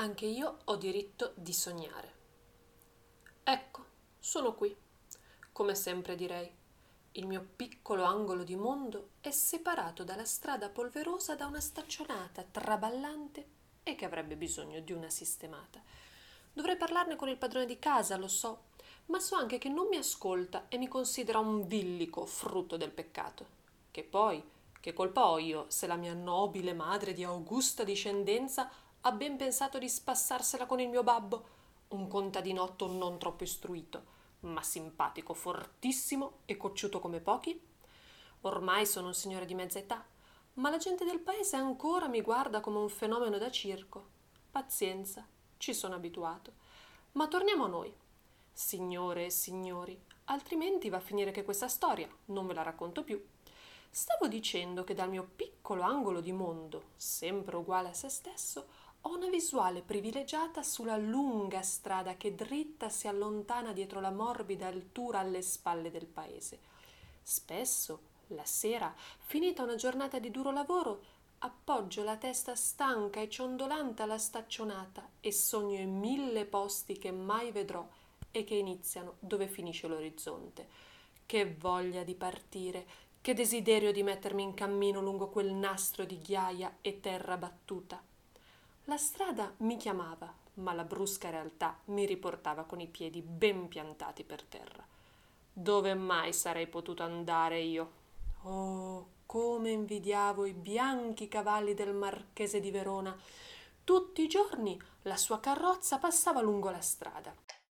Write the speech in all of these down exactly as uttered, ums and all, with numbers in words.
Anche io ho diritto di sognare. Ecco, sono qui. Come sempre direi, il mio piccolo angolo di mondo è separato dalla strada polverosa da una staccionata traballante e che avrebbe bisogno di una sistemata. Dovrei parlarne con il padrone di casa, lo so, ma so anche che non mi ascolta e mi considera un villico frutto del peccato. Che poi, che colpa ho io se la mia nobile madre di augusta discendenza ha ben pensato di spassarsela con il mio babbo, un contadinotto non troppo istruito, ma simpatico, fortissimo e cocciuto come pochi? Ormai sono un signore di mezza età, ma la gente del paese ancora mi guarda come un fenomeno da circo. Pazienza, ci sono abituato. Ma torniamo a noi. Signore e signori, altrimenti va a finire che questa storia non ve la racconto più. Stavo dicendo che dal mio piccolo angolo di mondo, sempre uguale a se stesso, ho una visuale privilegiata sulla lunga strada che dritta si allontana dietro la morbida altura alle spalle del paese. Spesso, la sera, finita una giornata di duro lavoro, appoggio la testa stanca e ciondolante alla staccionata e sogno in mille posti che mai vedrò e che iniziano dove finisce l'orizzonte. Che voglia di partire, che desiderio di mettermi in cammino lungo quel nastro di ghiaia e terra battuta. La strada mi chiamava, ma la brusca realtà mi riportava con i piedi ben piantati per terra. Dove mai sarei potuto andare io? Oh, come invidiavo i bianchi cavalli del marchese di Verona. Tutti i giorni la sua carrozza passava lungo la strada.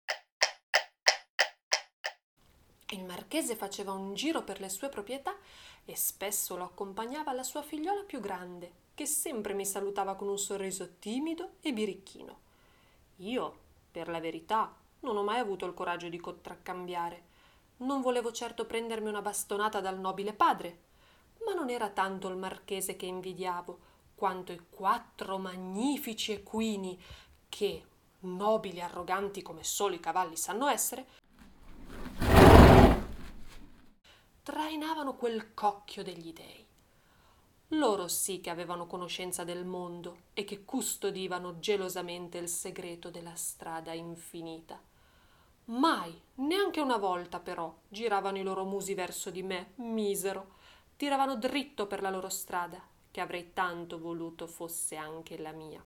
Il marchese faceva un giro per le sue proprietà e spesso lo accompagnava la sua figliola più grande, che sempre mi salutava con un sorriso timido e birichino. Io, per la verità, non ho mai avuto il coraggio di contraccambiare. Non volevo certo prendermi una bastonata dal nobile padre, ma non era tanto il marchese che invidiavo, quanto i quattro magnifici equini che, nobili e arroganti come solo i cavalli sanno essere, trainavano quel cocchio degli dei. Loro sì che avevano conoscenza del mondo e che custodivano gelosamente il segreto della strada infinita. Mai, neanche una volta però, giravano i loro musi verso di me, misero. Tiravano dritto per la loro strada, che avrei tanto voluto fosse anche la mia.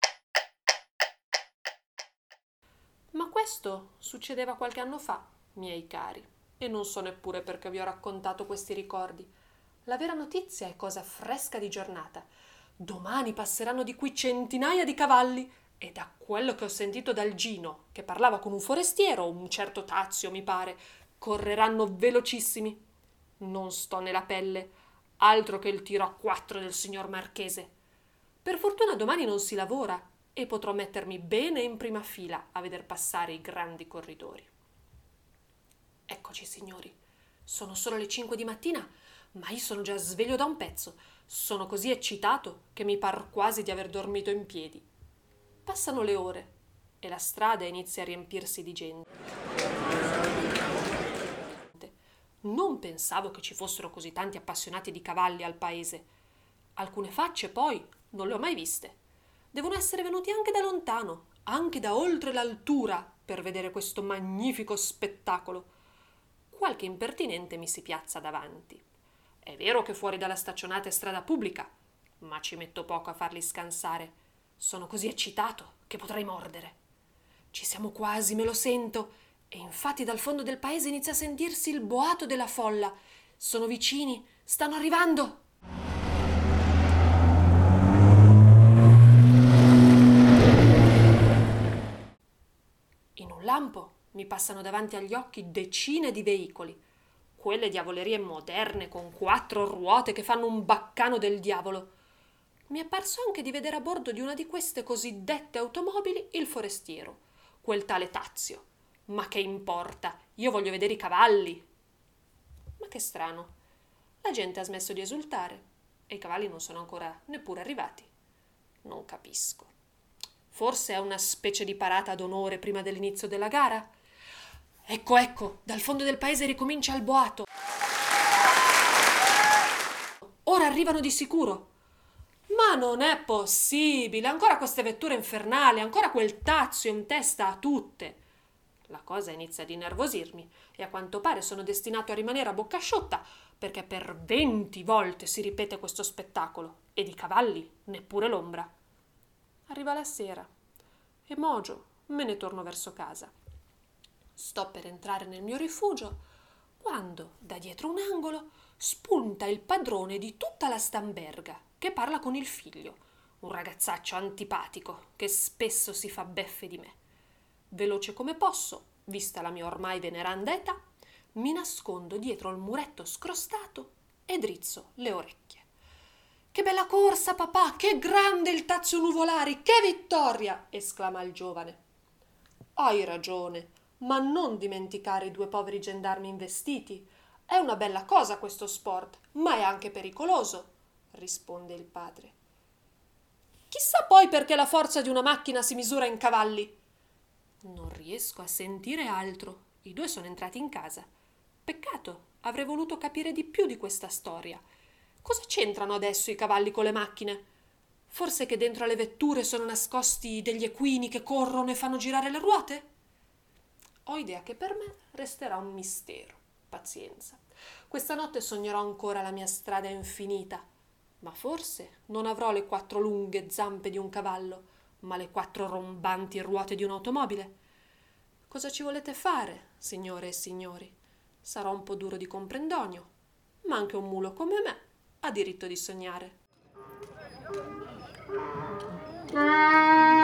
Ma questo succedeva qualche anno fa, miei cari, e non so neppure perché vi ho raccontato questi ricordi. La vera notizia è cosa fresca di giornata. Domani passeranno di qui centinaia di cavalli e da quello che ho sentito dal Gino, che parlava con un forestiero, un certo Tazio mi pare, correranno velocissimi. Non sto nella pelle, altro che il tiro a quattro del signor Marchese. Per fortuna domani non si lavora e potrò mettermi bene in prima fila a veder passare i grandi corridori. Eccoci, signori, sono solo le cinque di mattina, ma io sono già sveglio da un pezzo. Sono così eccitato che mi par quasi di aver dormito in piedi. Passano le ore e la strada inizia a riempirsi di gente. Non pensavo che ci fossero così tanti appassionati di cavalli al paese. Alcune facce, poi, non le ho mai viste. Devono essere venuti anche da lontano, anche da oltre l'altura, per vedere questo magnifico spettacolo. Qualche impertinente mi si piazza davanti. È vero che fuori dalla staccionata è strada pubblica, ma ci metto poco a farli scansare. Sono così eccitato che potrei mordere. Ci siamo quasi, me lo sento, e infatti dal fondo del paese inizia a sentirsi il boato della folla. Sono vicini, stanno arrivando. In un lampo mi passano davanti agli occhi decine di veicoli. Quelle diavolerie moderne con quattro ruote che fanno un baccano del diavolo. Mi è parso anche di vedere a bordo di una di queste cosiddette automobili il forestiero, quel tale Tazio. Ma che importa? Io voglio vedere i cavalli. Ma che strano. La gente ha smesso di esultare e i cavalli non sono ancora neppure arrivati. Non capisco. Forse è una specie di parata d'onore prima dell'inizio della gara? Ecco, ecco, dal fondo del paese ricomincia il boato. Ora arrivano di sicuro. Ma non è possibile, ancora queste vetture infernali, ancora quel tazio in testa a tutte. La cosa inizia ad innervosirmi e a quanto pare sono destinato a rimanere a bocca asciutta perché per venti volte si ripete questo spettacolo e di cavalli neppure l'ombra. Arriva la sera e mogio me ne torno verso casa. Sto per entrare nel mio rifugio quando da dietro un angolo spunta il padrone di tutta la stamberga che parla con il figlio, un ragazzaccio antipatico che spesso si fa beffe di me. Veloce come posso, vista la mia ormai veneranda età, mi nascondo dietro il muretto scrostato e drizzo le orecchie. Che bella corsa, papà! Che grande il tazio nuvolari! Che vittoria! Esclama il giovane. Hai ragione, ma non dimenticare i due poveri gendarmi investiti. È una bella cosa questo sport, ma è anche pericoloso, risponde il padre. Chissà poi perché la forza di una macchina si misura in cavalli. Non riesco a sentire altro. I due sono entrati in casa. Peccato, avrei voluto capire di più di questa storia. Cosa c'entrano adesso i cavalli con le macchine? Forse che dentro alle vetture sono nascosti degli equini che corrono e fanno girare le ruote? Ho idea che per me resterà un mistero. Pazienza. Questa notte sognerò ancora la mia strada infinita, ma forse non avrò le quattro lunghe zampe di un cavallo, ma le quattro rombanti ruote di un'automobile. Cosa ci volete fare, signore e signori? Sarò un po' duro di comprendonio, ma anche un mulo come me ha diritto di sognare.